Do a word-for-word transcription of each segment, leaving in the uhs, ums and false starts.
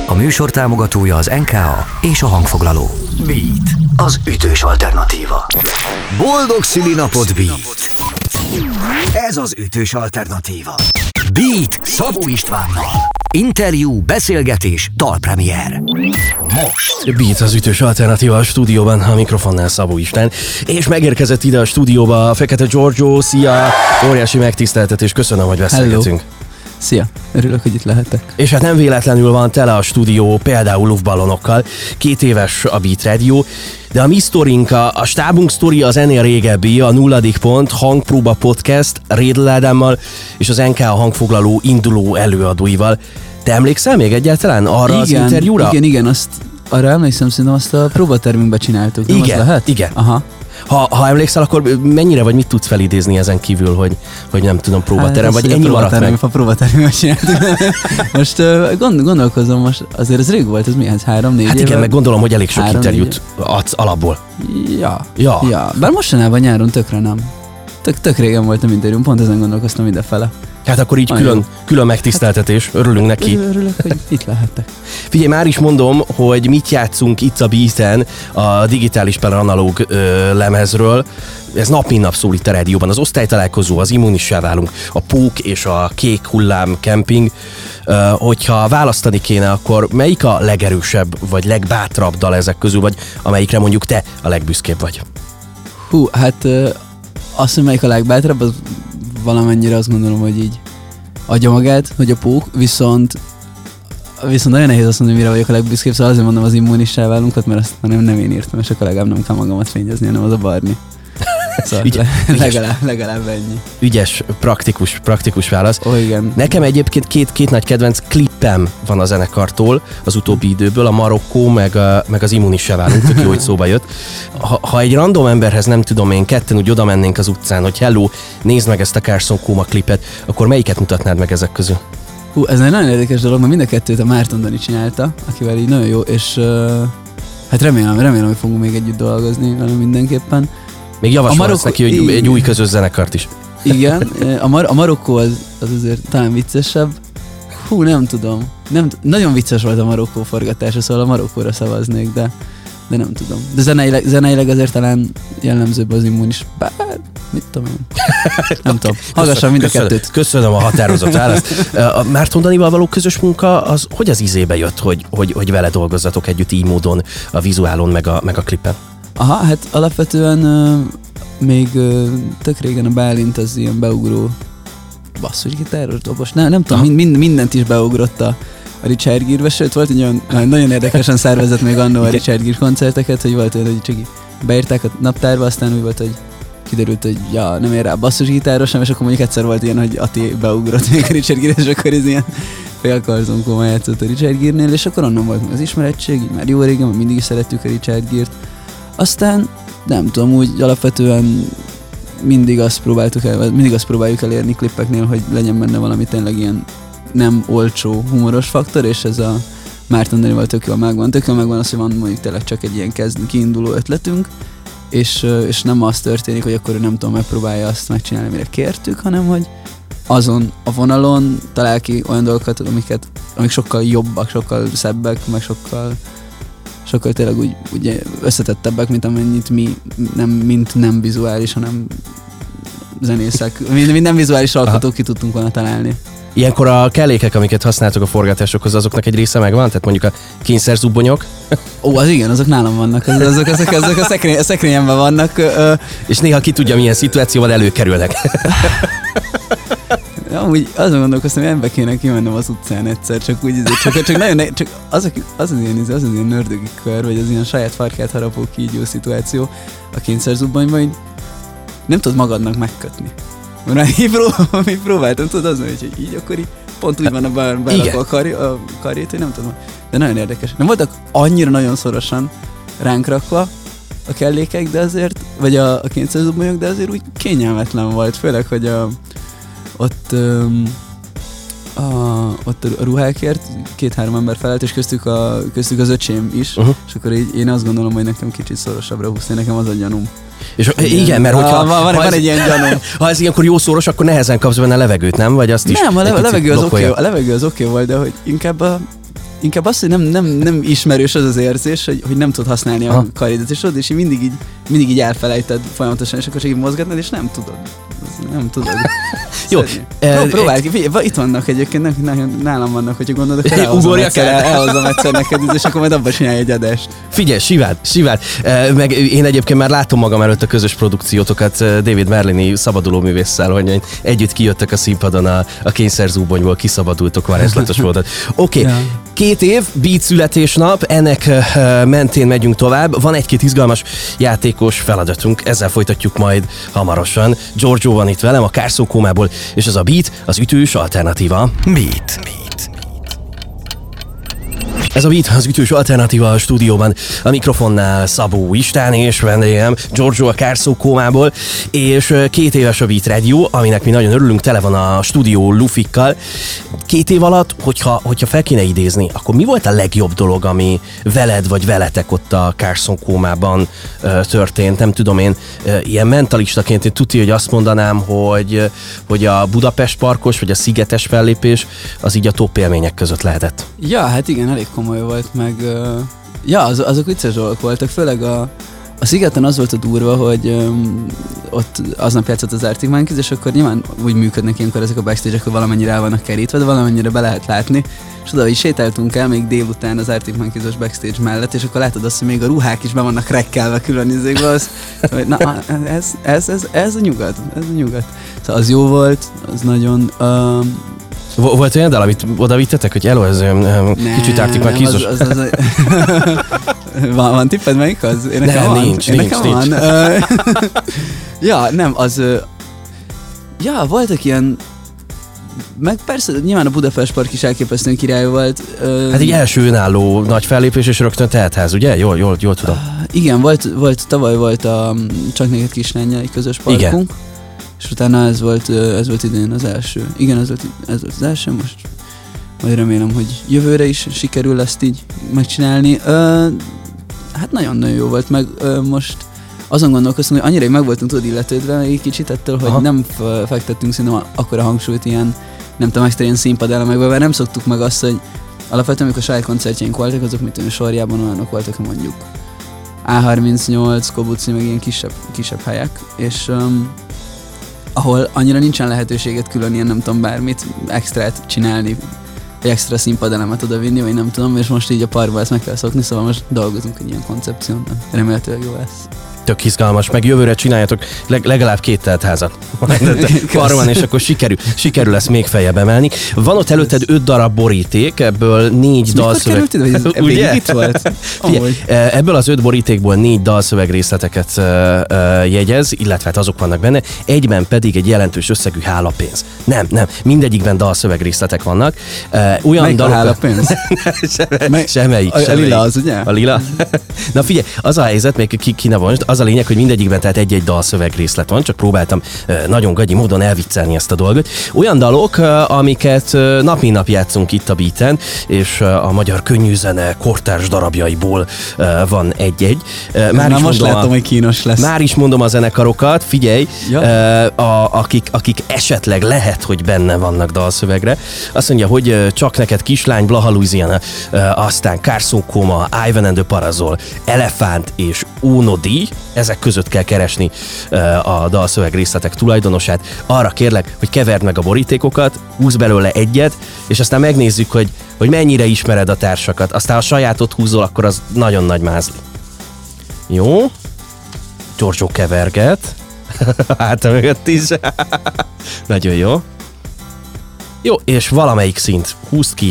A műsor támogatója az en ká á és a hangfoglaló. Beat, az ütős alternatíva. Boldog szülinapot, Beat! Ez az ütős alternatíva. Beat Szabó Istvánnal. Interjú, beszélgetés, dalpremier. Most. Beat az ütős alternatíva a stúdióban, a mikrofonnál Szabó István. És megérkezett ide a stúdióba a Fekete Giorgio. Szia! Óriási megtiszteltetés, köszönöm, hogy beszélgetünk. Hello. Szia, örülök, hogy itt lehetek. És hát nem véletlenül van tele a stúdió például luftballonokkal. Két éves a Beat Radio, de a mi sztorink, a, a stábunk sztori az ennél régebbi, a nulladik pont, hangpróba podcast, Rédl Ádámmal és az en ká á hangfoglaló induló előadóival. Te emlékszel még egyáltalán arra igen, az interjúra? Igen, igen, azt arra emlékszem, szerintem azt a próbatermünkben csináltuk. Nem igen, az lehet? igen. Aha. Ha, ha emlékszel, akkor mennyire vagy mit tudsz felidézni ezen kívül, hogy, hogy nem tudom, próbaterem, hát, vagy ennyi maradt meg? A próbatermünkben csináltuk. Most uh, gond, gondolkozom, most azért ez rég volt, ez mi? Ez három-négy Hát éve? igen, meg gondolom, hogy elég sok három, interjút adsz alapból. Ja, ja. ja. Bár mostanában nyáron tökre nem. Tök, tök régen voltam interjún, pont ezen gondolkoztam mindenfele. Hát akkor így külön, külön megtiszteltetés, örülünk neki. Örülök, hogy itt lehettek. Figyelj, már is mondom, hogy mit játszunk itt a Beaten a digitális per analóg ö, lemezről. Ez nap mint nap szól itt a rádióban. Az osztálytalálkozó, az Immunissá válunk, a Pók és a Kék hullám kemping. Ö, hogyha választani kéne, akkor melyik a legerősebb, vagy legbátrabb dal ezek közül, vagy amelyikre mondjuk te a legbüszkébb vagy? Hú, hát ö, azt, hogy melyik a legbátrabb, az valamennyire azt gondolom, hogy így adja magát, hogy a Pók, viszont viszont nagyon nehéz azt mondani, mire vagyok a legbüszkébb, szóval azért mondom az Immunissá válunkat, mert azt nem, nem én írtam, és akkor legalább nem kell magamat fényezni, hanem az a Barni. Szóval Ügy, le, legalább, legalább ennyi. Ügyes, praktikus, praktikus válasz. Ó, igen. Nekem egyébként két, két nagy kedvenc klippem van a zenekartól az utóbbi időből, a Marokkó, meg, a, meg az Immunissá válunk, tök jó, hogy szóba jött. Ha, ha egy random emberhez nem tudom én, ketten úgy oda mennénk az utcán, hogy hello, nézd meg ezt a Carson Coma klipet, akkor melyiket mutatnád meg ezek közül? Hú, ez egy nagyon érdekes dolog, mert mind a kettőt a Márton Dani csinálta, akivel így nagyon jó, és uh, hát remélem, remélem, hogy fogunk még együtt dolgozni vele mindenképpen. Még javasolsz Marokko... neki, hogy igen. Egy új közös zenekart is. Igen, a, Mar- a Marokkó az, az azért talán viccesebb. Hú, nem tudom. Nem t- nagyon vicces volt a Marokkó forgatása, szóval a Marokkóra szavaznék, de, de nem tudom. De zeneileg, zeneileg azért talán jellemzőbb az Immunis. Bár, mit tudom én. Nem tudom. Hallgassam mind a kettőt. Köszönöm a határozott választ. A Márton Danival való közös munka, az hogy az ízébe jött, hogy, hogy, hogy vele dolgozzatok együtt így módon a vizuálon, meg a, meg a klippen? Aha, hát alapvetően uh, még uh, tök régen a Bálint az ilyen beugró basszusgitáros dobos, nem, nem tudom, mind, mind, mindent is beugrott a, a Richard Gere-be, sőt volt egy olyan, nagyon érdekesen szervezett még annó a Richard Gere koncerteket, hogy volt olyan, hogy csak beírták a naptárba, aztán úgy volt, hogy kiderült, hogy ja, nem ér rá basszusgitáros sem, és akkor mondjuk egyszer volt ilyen, hogy Ati beugrott még a Richard Gere, és akkor ez ilyen félkarzonkóma játszott a Richard Gere-nél, és akkor onnan volt az ismerettség, így már jó régen, mindig is szerettük a Richard Gere-t. Aztán nem tudom, úgy alapvetően mindig azt próbáltuk el, mindig azt próbáljuk elérni klippeknél, hogy legyen benne valami tényleg ilyen nem olcsó, humoros faktor, és ez a Márton Danival tök jól megvan. Tök jól megvan az, hogy van mondjuk tényleg csak egy ilyen kezd, kiinduló ötletünk, és, és nem az történik, hogy akkor ő nem tudom, megpróbálja azt megcsinálni, amire kértük, hanem hogy azon a vonalon talál ki olyan dolgokat, amiket, amik sokkal jobbak, sokkal szebbek, meg sokkal sokkal tényleg úgy, úgy összetettebbek, mint amennyit mi, nem, mint nem vizuális, hanem zenészek, mint nem vizuális alkotók ki tudtunk volna találni. Ilyenkor a kellékek, amiket használtok a forgatásokhoz, azoknak egy része megvan? Tehát mondjuk a kényszerzubbonyok? Ó, az igen, azok nálam vannak, azok, azok, azok, azok a, szekrény, a szekrényemben vannak. Ö, és néha ki tudja, milyen szituációval előkerülnek. Amúgy azon gondolkoztam, hogy ebbe kéne kimennem az utcán egyszer, csak úgy, csak, csak nagyon ne, csak az, az, az, az ilyen, az, az ilyen nördögi kör, vagy az ilyen saját farkát harapó kígyó szituáció a kényszerzubbonyban, hogy nem tudod magadnak megkötni. Mert így prób- mi próbáltam, tudod, az mondja, hogy így, akkor így pont úgy van a bár, berakva a, kar, a karjét, hogy nem tudom. De nagyon érdekes. Nem voltak annyira nagyon szorosan ránk rakva a kellékek, de azért, vagy a, a kényszerzubbonyok, de azért úgy kényelmetlen volt, főleg, hogy a ott, um, a, ott a ruhákért két-három ember felelt, és köztük, a, köztük az öcsém is, uh-huh. És akkor így, én azt gondolom, hogy nekem kicsit szorosabbra húszni, nekem az a gyanúm. És igen, igen, mert hogyha... Van, van, ha van ez, egy ilyen gyanúm. Ha ez ilyenkor jó szóros, akkor nehezen kapsz benne levegőt, nem? Vagy azt is nem, a, le, a levegő az oké okay, a levegő az oké okay volt, de hogy inkább a, inkább az, hogy nem, nem, nem ismerős az az érzés, hogy, hogy nem tud használni a karidat, és ott, és így mindig így, mindig így elfelejted folyamatosan, és akkor csak így mozgatnád, és nem tudod. Nem tudod. Jó. E, próbálj ki, figyelj, itt vannak egyébként, nálam vannak, hogyha gondolod, akkor elhozom egyszer, elhozom egyszer neked, és akkor majd abban csinálj egy adást. Figyelj, sivád, sivád. E, meg én egyébként már látom magam előtt a közös produkciótokat David Merlini szabadulóművésszel, hogy együtt kijöttek a színpadon a, a kényszerzúbonyból, kiszabadultok, varázslatos voltat. Oké, okay. ja. Két év, Beat születésnap, ennek uh, mentén megyünk tovább. Van egy-két izgalmas játékos feladatunk, ezzel folytatjuk majd hamarosan. Giorgio van itt velem a Carson Comából, és ez a Beat, az ütős alternatíva. Beat. Beat. Ez a Beat, az ütős alternatíva a stúdióban. A mikrofonnál Szabó István és vendégem Giorgio a Carson Comából, és két éves a Beat Radio, aminek mi nagyon örülünk, tele van a stúdió lufikkal. Két év alatt, hogyha, hogyha fel kéne idézni, akkor mi volt a legjobb dolog, ami veled vagy veletek ott a Carson Comában uh, történt? Nem tudom én, uh, ilyen mentalistaként én tudja, hogy azt mondanám, hogy, hogy a Budapest parkos vagy a szigetes fellépés az így a top élmények között lehetett. Ja, hát igen, elég komoly volt, meg uh, ja, az, azok vicces dolgok voltak, főleg a A Szigeten az volt a durva, hogy um, ott aznap játszott az Arctic Monkeys, és akkor nyilván úgy működnek ilyenkor ezek a backstage-ek, hogy valamennyire el vannak kerítve, de valamennyire be lehet látni. És oda, hogy sétáltunk el még délután az Arctic Monkeys-os backstage mellett, és akkor látod azt, hogy még a ruhák is be vannak rekkelve külön izékbe, az, hogy na, ez, ez, ez, ez a nyugat, ez a nyugat. Szóval az jó volt, az nagyon... Um, Volt olyan dal, amit oda vittetek, hogy elő, ez um, kicsit Arctic Monkeys-os? Az, az, az, az, van, van tipped, melyik az? Én nekem nem, van. nincs, Én nincs, nekem nincs. Van. Ja, nem, az... Ja, voltak ilyen... Meg persze, nyilván a Budapest Park is elképesztően király volt. Hát egy első önálló nagy fellépés, és rögtön teltház, ugye? Jól, jól, jól tudom. Igen, volt, volt, tavaly volt a Csak neked kislánya, egy közös parkunk. Igen. És utána ez volt, ez volt idén az első. Igen, ez volt, ez volt az első, most majd remélem, hogy jövőre is sikerül ezt így megcsinálni. Uh, hát nagyon-nagyon jó volt, meg uh, most azon gondolkoztam, hogy annyira meg voltunk tudod illetődve egy kicsit ettől, hogy aha, nem fektettünk szerintem akkora hangsúlyt ilyen, nem tudom, extra ilyen színpadelemekben, mert nem szoktuk meg azt, hogy alapvetően amikor saját koncertjeink voltak, azok mit tudom, sorjában olyanok voltak, hogy mondjuk á harmincnyolc, Kobuci, meg ilyen kisebb, kisebb helyek, és um, ahol annyira nincsen lehetőséget külön ilyen nem tudom bármit extrát csinálni, egy extra színpadelemet oda vinni, vagy nem tudom, és most így a parkba ezt meg kell szokni, szóval most dolgozunk egy ilyen koncepción, remélhetőleg jó lesz. Tök izgalmas, meg jövőre csináljatok leg, legalább két teltházat. Parban, és akkor sikerül, sikerül ezt még feljebb emelni. Van ott előtted öt darab boríték, ebből négy dalszöveg... Mikor kerültél, hogy ez ugye? Itt volt? Figyelj, ebből az öt borítékból négy dalszöveg részleteket uh, uh, jegyez, illetve hát azok vannak benne, egyben pedig egy jelentős összegű hálapénz. Nem, nem, mindegyikben dalszöveg részletek vannak. Uh, olyan Melyik dalok... a hálapénz? Semmelyik, semmelyik. A, a lila az, ugye? A lila? Na figyelj, az a helyzet, még ki, ki ne vonst, az a lényeg, hogy mindegyikben tehát egy-egy dalszöveg részlet van, csak próbáltam nagyon gagyi módon elviccelni ezt a dolgot. Olyan dalok, amiket nap mint nap játszunk itt a Beaten, és a magyar könnyűzene kortárs darabjaiból van egy-egy. Már is most látom, a, hogy kínos lesz. Már is mondom a zenekarokat, figyelj, ja. a, akik, akik esetleg lehet, hogy benne vannak dalszövegre. Azt mondja, hogy Csak neked kislány, Blaha Louisiana, aztán Carson Coma, Ivan and the Parazol, Elefánt és Ónodi, ezek között kell keresni a dalszöveg részletek tulajdonosát. Arra kérlek, hogy keverd meg a borítékokat, húzz belőle egyet, és aztán megnézzük, hogy, hogy mennyire ismered a társakat. Aztán ha sajátot húzol, akkor az nagyon nagy mázli. Jó? Giorgio keverget. Hát mögött is. Nagyon jó. Jó, és valamelyik szint húzd ki.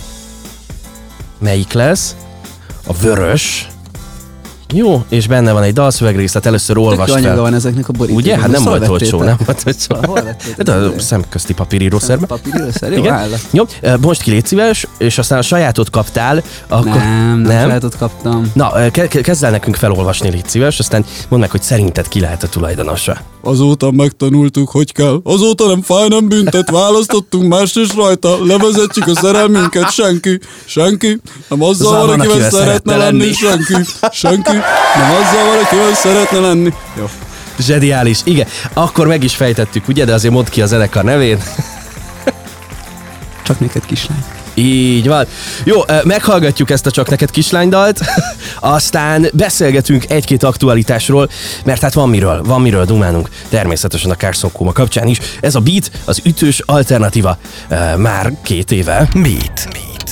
Melyik lesz? A vörös. Jó, és benne van egy dalszövegrészlet, először olvast fel. Van ezeknek a borítékok. Ugye? Hát nem volt olcsó, nem volt olcsó. Hol vettétek? De a szemközti papírírószerben. Papírírószer, jó állat. Jó, most ki légy szíves, és aztán a sajátot kaptál, akkor... Nem, nem, nem? sajátot kaptam. Na, ke- kezd el nekünk felolvasni, légy szíves, aztán mondd meg, hogy szerinted ki lehet a tulajdonosa. Azóta megtanultuk, hogy kell. Azóta nem fáj, nem büntet, választottunk mást is rajta, levezetjük a szerelmünket, senki, senki, nem azzal Zában, valakivel szeretne lenni, lenni, senki, senki, nem azzal valakivel szeretne lenni. Jó. Zseniális, igen. Akkor meg is fejtettük, ugye, de azért mondd ki a zenekar nevét. Csak neked kislány. Így van. Jó, meghallgatjuk ezt a Csak neked kislánydalt, aztán beszélgetünk egy-két aktualitásról, mert hát van miről, van miről dumálnunk, természetesen a Carson Coma kapcsán is. Ez a Beat, az ütős alternatíva már két éve. Beat.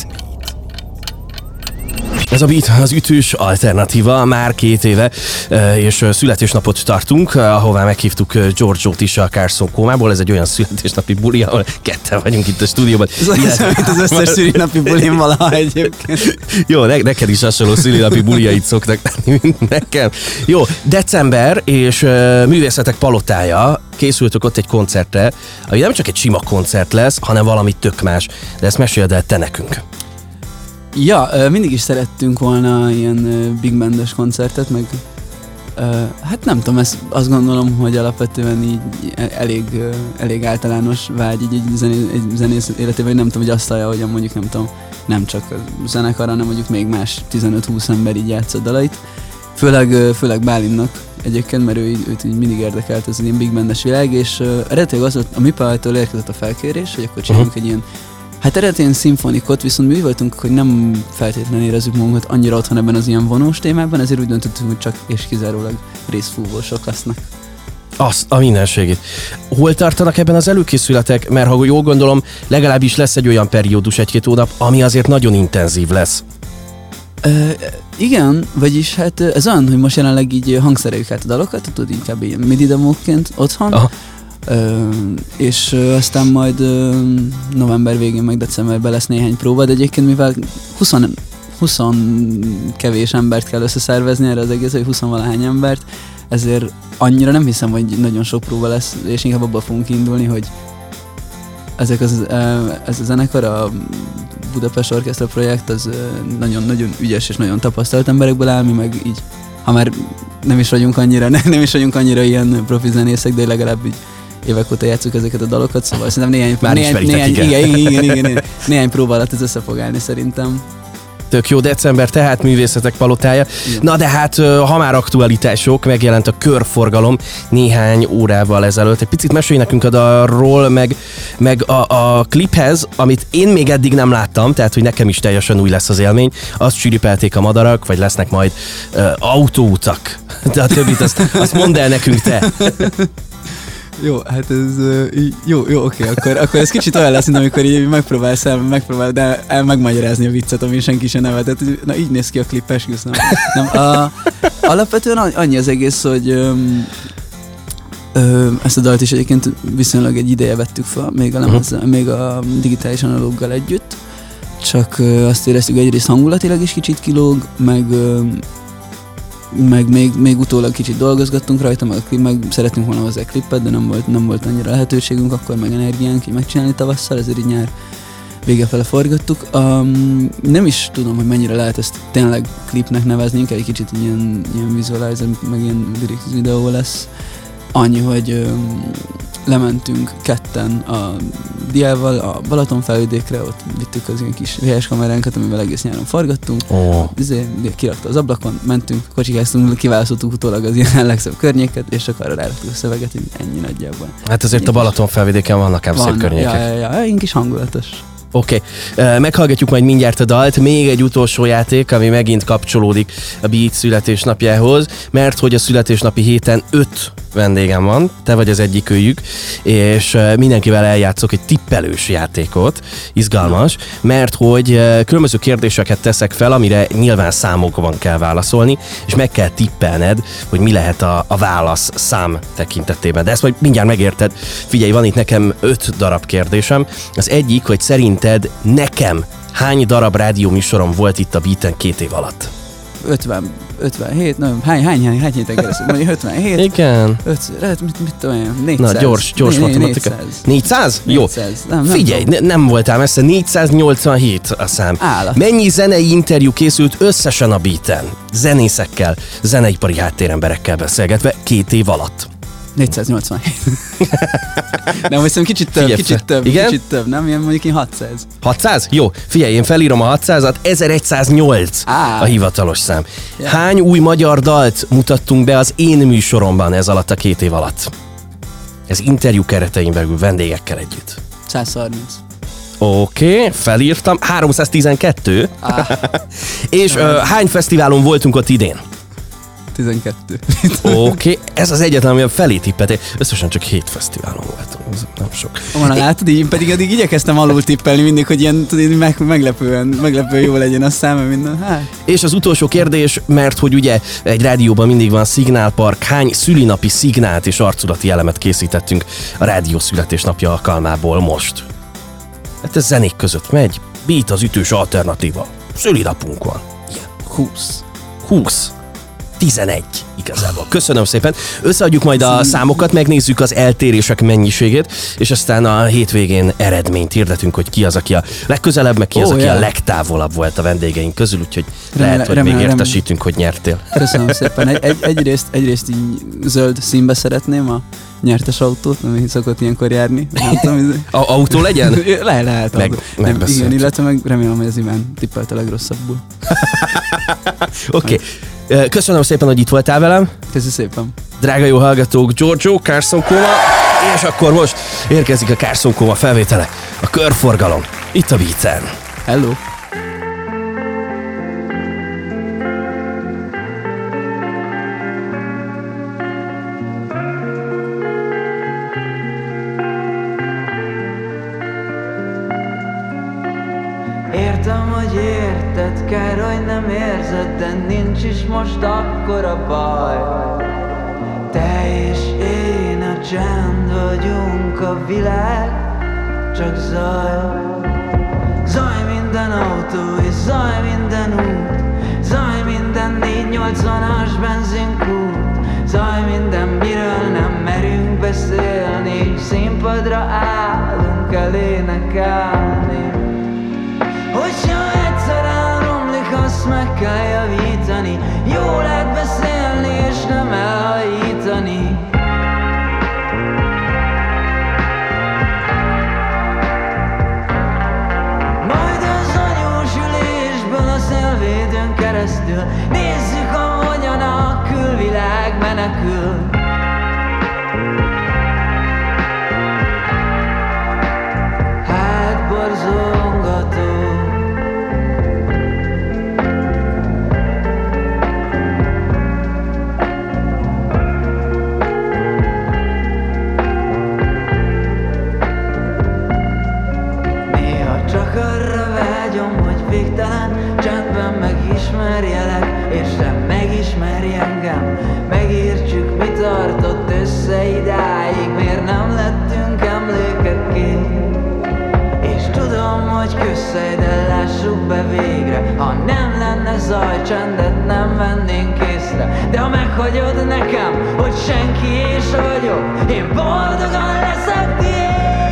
Ez a Beat, az ütős alternatíva már két éve, és születésnapot tartunk, ahová meghívtuk Giorgiót is a Carson Comából. Ez egy olyan születésnapi buli, ahol ketten vagyunk itt a stúdióban. Ez olyan, mint az összes szülinapi bulim valaha egyébként. Jó, ne, neked is hasonló szülinapi buliait szoktak lenni, mint nekem. Jó, december és uh, Művészetek Palotája, készültök ott egy koncertre, ami nem csak egy sima koncert lesz, hanem valami tök más. De ezt meséld el te nekünk. Ja, mindig is szerettünk volna ilyen big bandes koncertet, meg hát nem tudom, ezt azt gondolom, hogy alapvetően így elég, elég általános vágy így egy, zené, egy zenész életében, hogy nem tudom, hogy azt hallja, hogy mondjuk nem tudom, nem csak a zenekar, hanem mondjuk még más tizenöt-húsz ember így játszott dalait. Főleg, főleg Bálinnak egyébként, mert ő, őt így mindig érdekelt ez ilyen big bandes világ, és eredetileg az volt, a Mipajtól érkezett a felkérés, hogy akkor csináljuk uh-huh. egy ilyen, hát eredetileg szimfonikot, viszont mi úgy voltunk, hogy nem feltétlenül érezzük magunkat annyira otthon ebben az ilyen vonós témában, ezért úgy döntöttünk, hogy csak és kizárólag részfúvósok lesznek. Azt a mindenségét. Hol tartanak ebben az előkészületek? Mert ha jól gondolom, legalábbis lesz egy olyan periódus, egy-két hónap, ami azért nagyon intenzív lesz. Uh, igen, vagyis hát ez olyan, hogy most jelenleg így hangszereljük át a dalokat, tudod, inkább ilyen midi demóként otthon, uh, és uh, aztán majd uh, november végén, meg decemberben lesz néhány próba, de egyébként mivel húsz, húsz kevés embert kell összeszervezni erre az egész, vagy húsz-valahány embert, ezért annyira nem hiszem, hogy nagyon sok próba lesz, és inkább abban fogunk indulni, hogy ezek az, ez a zenekar, a Budapest Orchestra projekt, az nagyon-nagyon ügyes és nagyon tapasztalt emberekből áll, mi meg így, ha már nem is vagyunk annyira, nem is vagyunk annyira ilyen profi zenészek, de legalább így évek óta játszunk ezeket a dalokat, szóval szerintem néhány, már néhány, néhány, igen. Igen, igen, igen, igen, néhány próba alatt ez össze fog állni szerintem. Tök jó, december, tehát Művészetek Palotája. Igen. Na de hát, ha már aktualitások, megjelent a Körforgalom néhány órával ezelőtt. Egy picit mesélj nekünk arról, meg, meg a, a kliphez, amit én még eddig nem láttam, tehát hogy nekem is teljesen új lesz az élmény. Azt csiripelték a madarak, vagy lesznek majd uh, autóutak. De a többit azt, azt mondd el nekünk te. Jó, hát ez uh, jó, jó, oké, akkor, akkor ez kicsit olyan lesz, mint amikor így megpróbálsz el, megpróbál, de el megmagyarázni a viccet, ami senki sem nevetett. Na így néz ki a klip, esküsz, nem. nem a, alapvetően annyi az egész, hogy um, ö, ezt a dalt is egyébként viszonylag egy ideje vettük fel, még a, lemezzel, uh-huh. még a digitális analóggal együtt, csak ö, azt éreztük, egyrészt hangulatilag is kicsit kilóg, meg ö, meg még, még utólag kicsit dolgozgattunk rajta, meg, meg szeretnénk volna hozzá klippet, de nem volt, nem volt annyira lehetőségünk, akkor meg energiánk így megcsinálni tavasszal, ezért így nyár vége fele forgattuk. Um, nem is tudom, hogy mennyire lehet ezt tényleg klipnek nevezni, inkább egy kicsit ilyen, ilyen visualizer, meg ilyen lyrics videó lesz. Annyi, hogy um, lementünk ketten a diával a Balatonfelvidékre, ott vittük az ilyen kis vé es kameránkat, amivel egész nyáron forgattunk. Oh. Kirakta az ablakon, mentünk, kocsikáztunk, kiválasztottuk utólag az ilyen legszebb környéket, és csak arra ráraktuk a szöveget, hogy ennyi nagyjából. Hát azért ennyi a Balatonfelvidéken vannak ám szép környékek. Ja, ja, ja, ilyen kis hangulatos. Oké, okay. Meghallgatjuk majd mindjárt a dalt, még egy utolsó játék, ami megint kapcsolódik a Beat születésnapjához, mert hogy a születésnapi héten öt vendégem van, te vagy az egyik őjük, és mindenkivel eljátszok egy tippelős játékot, izgalmas, mert hogy különböző kérdéseket teszek fel, amire nyilván számokban kell válaszolni, és meg kell tippelned, hogy mi lehet a, a válasz szám tekintetében. De ezt majd mindjárt megérted. Figyelj, van itt nekem öt darab kérdésem. Az egyik, hogy szerinted nekem hány darab rádióműsorom volt itt a Beaten két év alatt? ötven, ötvenhét, nem, hány, hány, hány, hány héten keresztül, mondjuk ötvenhét. Igen. öt, mit, mit tudom én, négyszáz. Na, gyors, gyors né, matematika. négyszáz. négyszáz? Jó. négyszáz. Nem, nem Figyelj, ne, nem voltál messze, négyszáznyolcvanhét a szám. Állat. Mennyi zenei interjú készült összesen a Beaten? Zenészekkel, zeneipari háttéremberekkel beszélgetve két év alatt. négyszáznyolcvanhét. Nem, hiszem kicsit több, Figyelj, kicsit több, igen? kicsit több, nem? Ilyen mondjuk én hatszáz. hatszáz? Jó, figyelj, én felírom a hatszázat, ezeregyszáznyolc Á. a hivatalos szám. Ja. Hány új magyar dalt mutattunk be az én műsoromban ez alatt a két év alatt? Ez interjú keretein belül vendégekkel együtt. száz harminc. Oké, okay, felírtam. háromszáztizenkettő. Ah. És uh, hány fesztiválon voltunk ott idén? tizenkettő. Oké, okay. Ez az egyetlen, ami a felé tippeltél. Összesen csak hét fesztiválon voltunk, ez nem sok. Van, látod, így pedig addig igyekeztem alul tippelni mindig, hogy ilyen tudod, meg, meglepően, meglepően jó legyen a száma minden. Hát. És az utolsó kérdés, mert hogy ugye egy rádióban mindig van szignálpark, hány szülinapi szignált és arculati elemet készítettünk a rádió születésnapja alkalmából most? Hát ez zenék között megy, Beat az ütős alternatíva. Szülinapunk van. Ilyen. húsz. húsz. tizenegy igazából. Köszönöm szépen. Összeadjuk majd a számokat, megnézzük az eltérések mennyiségét, és aztán a hétvégén eredményt hirdetünk, hogy ki az, aki a legközelebb, meg ki az, Ó, aki yeah. a legtávolabb volt a vendégeink közül, úgyhogy Remélem, lehet, hogy remélem, még remélem. értesítünk, hogy nyertél. Köszönöm szépen. Egy, egy, egyrészt, egyrészt így zöld színbe szeretném a nyertes autót, ami szokott ilyenkor járni. Nem tudom, A autó legyen? Le, lehet. Meg, nem, igen, illetve meg remélem, hogy az Iván tippelt a legrosszabbul. Oké. Okay. Köszönöm szépen, hogy itt voltál velem. Köszönöm szépen. Drága jó hallgatók, Giorgio, Carson Coma, és akkor most érkezik a Carson Coma felvétele, a körforgalom, itt a Beaten. Hello. Értem, hogy érted, kár, hogy nem érzed, de nincs is most akkora baj. Te és én a csend vagyunk, a világ csak zaj. Zaj minden autó és zaj minden út, zaj minden négyszáznyolcvanas benzinkút, zaj minden, miről nem merünk beszélni, színpadra állunk el énekelni. Hogyha egyszer elromlik, azt meg kell javítani, jó lehet beszélni és nem elhajítani. Majd az anyós ülésből a szélvédőn keresztül nézzük, ahogyan a külvilág menekül. Hát borzongató. Csak arra vágyom, hogy végtelen csendben megismerjelek, és te megismerj engem. Megértsük, mi tartott össze idáig, miért nem lettünk emlékekké. És tudom, hogy közhely, de lássuk be végre, ha nem lenne zaj, csendet nem vennénk észre. De ha meghagyod nekem, hogy senki és vagyok, én boldogan leszek tiéd.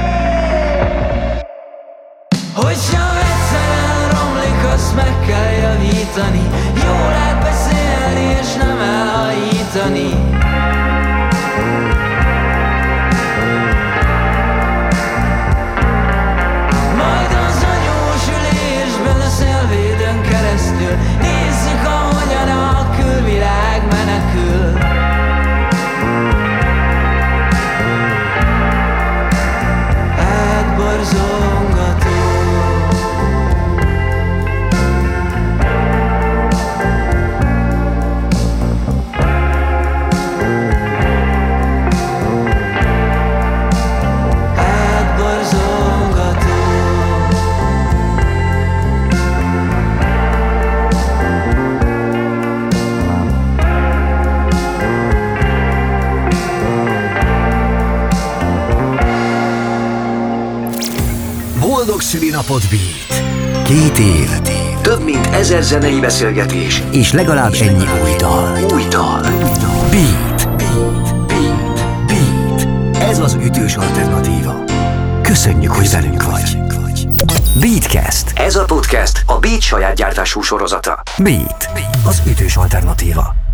Hogyha egyszer elromlik, azt meg kell javítani, jó lehet beszélni és nem elhajítani. Majd az anyós ülésben a szélvédőn keresztül nézzük, ahogyan a külvilág menekül. Hát borzongató. Boldog szülinapot Beat! Két év, több mint ezer zenei beszélgetés, és legalább ennyi új dal. Új dal. Beat. Beat. Beat. Ez az ütős alternatíva. Köszönjük, hogy velünk vagy. Beatcast. Ez a podcast a Beat saját gyártású sorozata. Beat. Az ütős alternatíva.